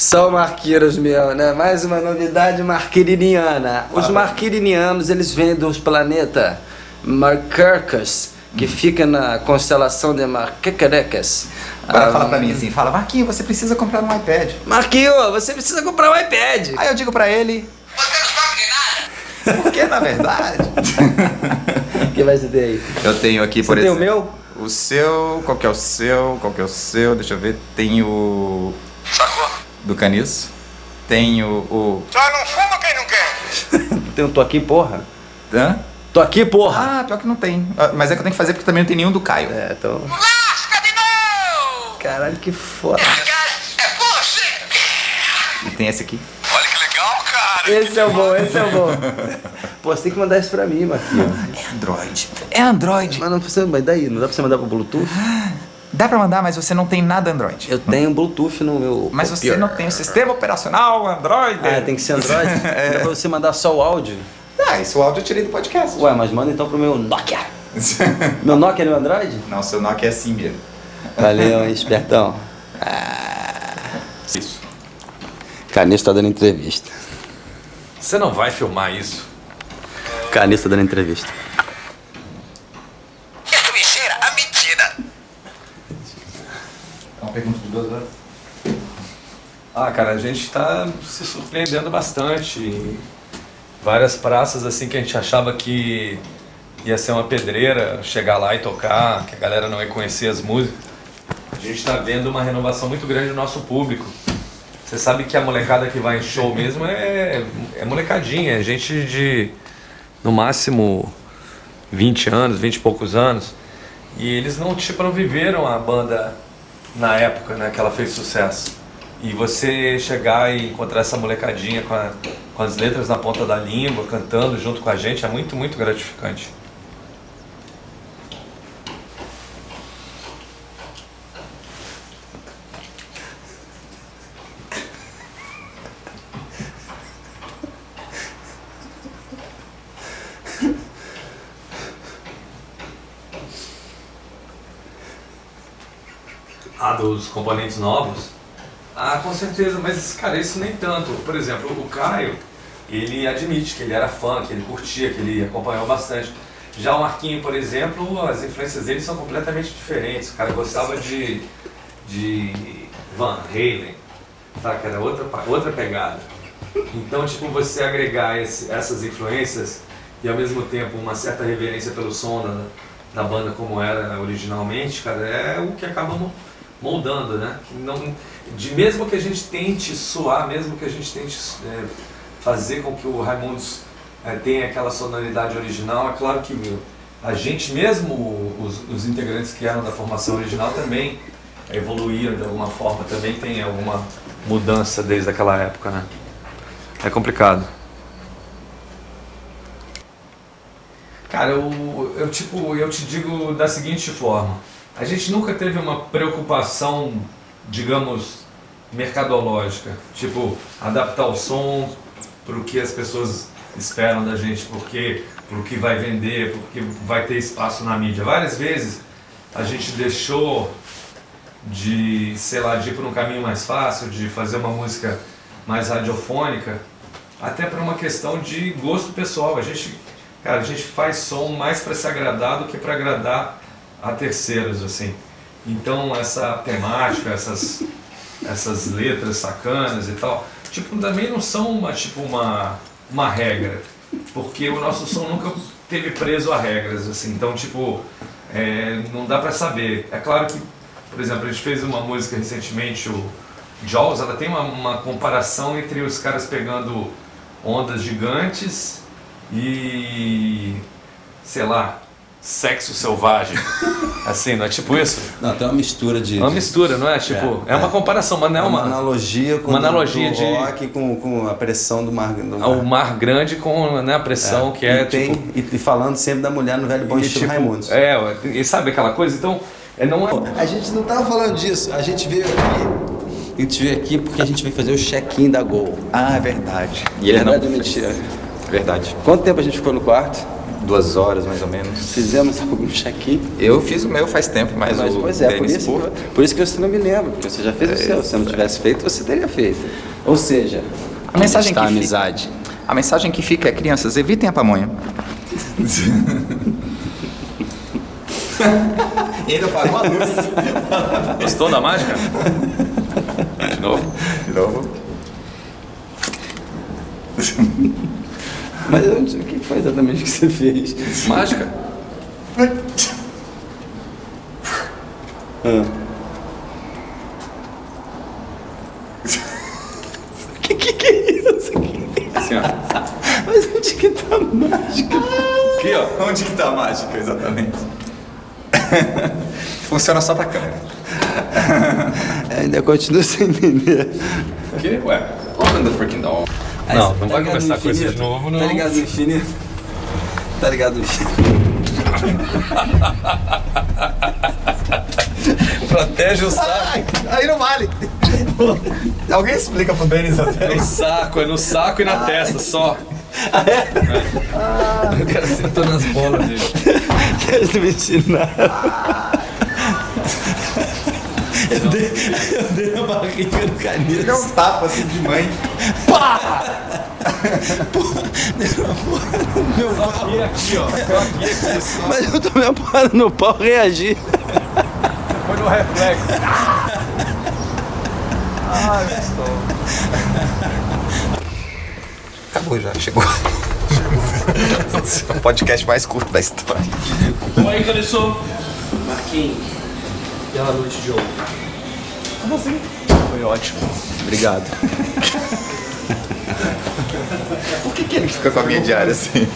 São marqueiros, meu, né? Mais uma novidade marquiriniana. Os marquirinianos, eles vêm dos planetas Marquercus, que fica na constelação de Marquecarecas. Agora fala pra mim assim, fala, Marquinhos, você precisa comprar um iPad. Marquinhos, você precisa comprar um iPad. Aí eu digo pra ele, Você não sabe de nada. porque na verdade... O que vai você ter aí? Eu tenho aqui, Você por tem exemplo... o meu? O seu, qual que é o seu? Qual que é o seu? Deixa eu ver, tem o... Sacou? Do Caniço. Tem o... Só não fuma quem não quer. Tem um tô aqui, porra. Hã? Tô aqui, porra. Ah, pior que não tem. Ah, mas é que eu tenho que fazer porque também não tem nenhum do Caio. É, então... Lasca de novo. Caralho, que foda. Cara, é você. E tem esse aqui. Olha que legal, cara. Esse é o bom, esse é o bom. Pô, você tem que mandar isso pra mim, Marquinhos. É Android. É Android. Mas não precisa, mas daí? Não dá pra você mandar pro Bluetooth? Dá pra mandar, mas você não tem nada Android. Eu tenho Bluetooth no meu... Mas você copier. não tem o sistema operacional Android. Ah, tem que ser Android? Dá pra você mandar só o áudio? Ah, esse áudio eu tirei do podcast. Ué, mas manda então pro meu Nokia. Meu Nokia é meu Android? Não, seu Nokia é Symbian. Valeu, hein, espertão. Isso. Caniço tá dando entrevista. Você não vai filmar isso? Caniço tá dando entrevista. Isso me cheira a mentira. Uma pergunta de 2 horas. Ah, cara, a gente tá se surpreendendo bastante. Em várias praças assim que a gente achava que ia ser uma pedreira, chegar lá e tocar, que a galera não ia conhecer as músicas. A gente tá vendo uma renovação muito grande do nosso público. Você sabe que a molecada que vai em show mesmo é molecadinha, é gente de no máximo 20 anos, 20 e poucos anos. E eles não viveram a banda na época, né, que ela fez sucesso. E você chegar e encontrar essa molecadinha com as letras na ponta da língua, cantando junto com a gente, é muito, muito gratificante. Ah, dos componentes novos? Ah, com certeza, mas cara, isso nem tanto. Por exemplo, o Caio, ele admite que ele era fã, que ele curtia, que ele acompanhou bastante. Já o Marquinho, por exemplo, as influências dele são completamente diferentes. O cara gostava de Van Halen, tá? Que era outra pegada. Então, tipo, você agregar essas influências e ao mesmo tempo uma certa reverência pelo som da banda como era originalmente, cara, é o que acaba moldando, né? Mesmo que a gente tente soar, mesmo que a gente tente fazer com que o Raimundos tenha aquela sonoridade original, é claro que a gente mesmo, os integrantes que eram da formação original também evoluíram de alguma forma, também tem alguma mudança desde aquela época, né? É complicado. Cara, eu te digo da seguinte forma. A gente nunca teve uma preocupação, digamos, mercadológica. Tipo, adaptar o som para o que as pessoas esperam da gente, pro que vai vender, porque vai ter espaço na mídia. Várias vezes a gente deixou de, sei lá, de ir por um caminho mais fácil, de fazer uma música mais radiofônica, até por uma questão de gosto pessoal. A gente faz som mais para se agradar do que para agradar a terceiros, assim. Então essa temática, essas letras sacanas e tal, tipo, também não são uma regra, porque o nosso som nunca teve preso a regras, assim. Então, tipo, não dá para saber. É claro que, por exemplo, a gente fez uma música recentemente, o Jaws, ela tem uma comparação entre os caras pegando ondas gigantes e, sei lá, sexo selvagem. Assim, não é tipo isso? Não, tem uma mistura de... É uma mistura, não é? Tipo, é uma comparação, mas não é uma analogia com uma analogia do rock com a pressão do mar. O mar grande com, né, a pressão que é, e falando sempre da mulher no velho bom estilo Raimundos. E sabe aquela coisa? Então, não é... A gente não tava falando disso, a gente veio aqui porque a gente veio fazer o check-in da Gol. Ah, é verdade. E ele verdade ou mentira? Verdade. Quanto tempo a gente ficou no quarto? 2 horas mais ou menos. Fizemos algum check-in? Eu fiz o meu faz tempo, mas o Pois é, Denis Pur- por isso que você não me lembra, porque você já fez o seu. Se você não tivesse feito, você teria feito. Ou seja, A mensagem está que a fica- amizade. A mensagem que fica é: crianças, evitem a pamonha. E ainda pagou a luz. Gostou da mágica? De novo? De novo. Mas eu não sei o que foi exatamente que você fez. Mágica? Que é isso? Assim, ó. Mas onde que tá a mágica? Aqui, ó. Onde que tá a mágica, exatamente? Funciona só pra câmera. Ainda continuo sem entender. Aqui, ué. Open the freaking door. Não, não vai ligado começar no com isso de infinito? novo, não. Tá ligado no infinito? Tá ligado no infinito? Protege o saco. Aí não vale. Alguém explica pro Denis até. No saco, é no saco e na testa, só. O cara sentou nas bolas dele. Eles me ensinaram. Eu dei a barriga no canito. Deu um tapa assim de mãe. E aqui, ó. Só aqui, só. Mas eu tomei a porrada no pau e reagi. Foi no reflexo. Acabou já, chegou. O podcast mais curto da história. Oi, Calisson. Marquinhos, pela noite de ontem. Foi ótimo. Obrigado. Por que ele fica com a minha diária assim?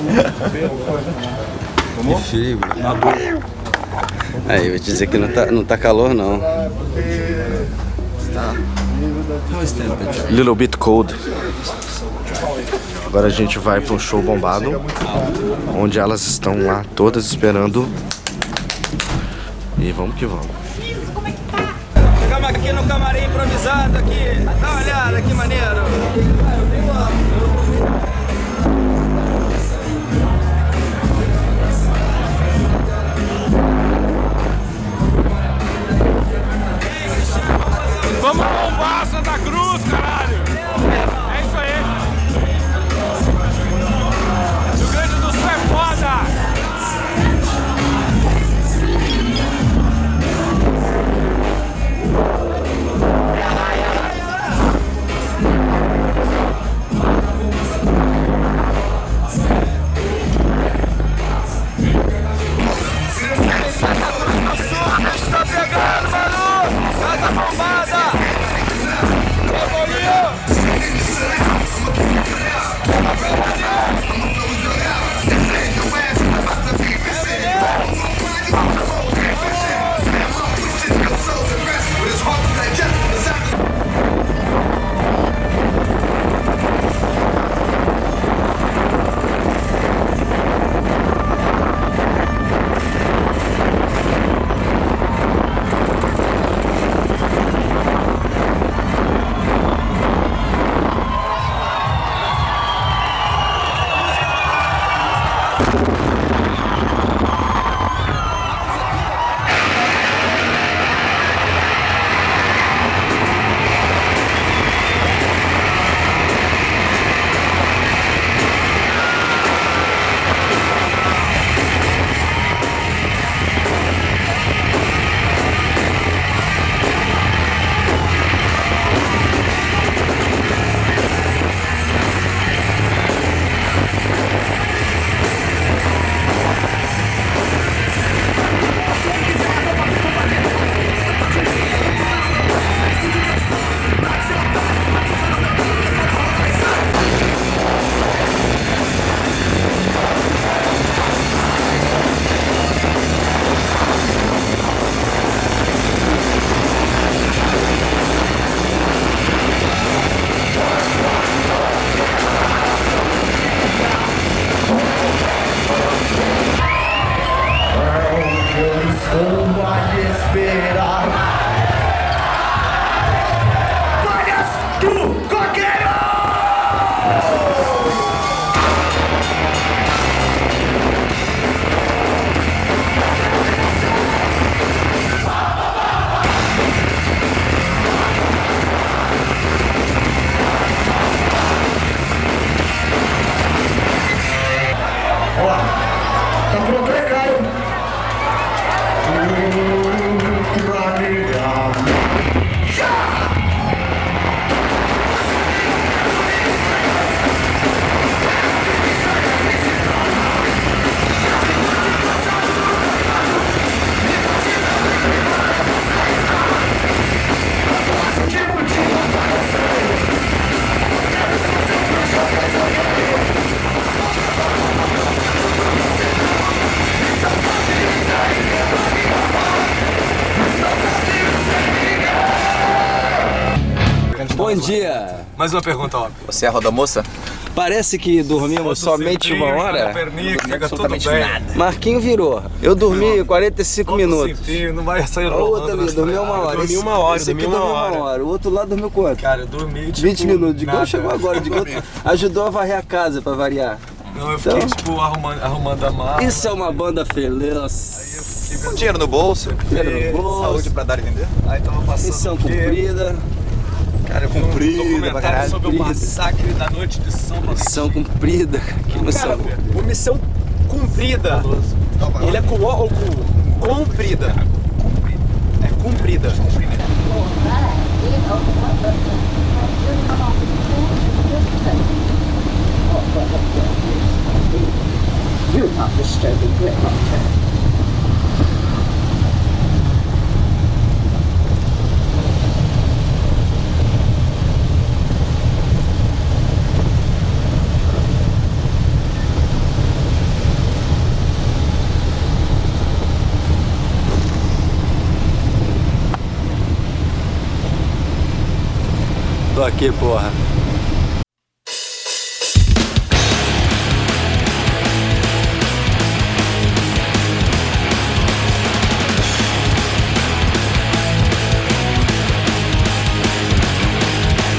Que frio. Aí, vou te dizer que não tá calor, não. Little bit cold. Agora a gente vai para um show bombado, onde elas estão lá todas esperando. E vamos que vamos. Chegamos aqui no camarim improvisado aqui. Dá uma olhada, que maneiro. Vamos bombar Santa Cruz, caralho! É isso aí! Rio Grande do Sul é foda! dia. Mais uma pergunta, óbvio. Você é a rodomoça? Parece que dormimos somente uma hora. Fica tudo bem. Marquinho virou. Eu dormi 45 minutos. Não vai sair O outro ali dormiu uma hora. Dormi uma hora, Esse aqui dormi uma dormiu hora. O outro lá dormiu quanto? Cara, eu dormi tipo 20 minutos. De nada. chegou agora. De ajudou a varrer a casa pra variar. Não, eu fiquei Então- tipo arrumando a mala. Isso é uma banda feliz. Com dinheiro no bolso? Dinheiro no bolso. Saúde pra dar e vender? Aí tava passando Missão o quê? cumprida. Cara, eu vi um Cumprida pra documentário caralho. sobre o massacre da noite de São Paulo. Missão cumprida. Que missão? O Missão Cumprida. Ele é com O ou com comprida? É cumprida. Tô aqui, porra.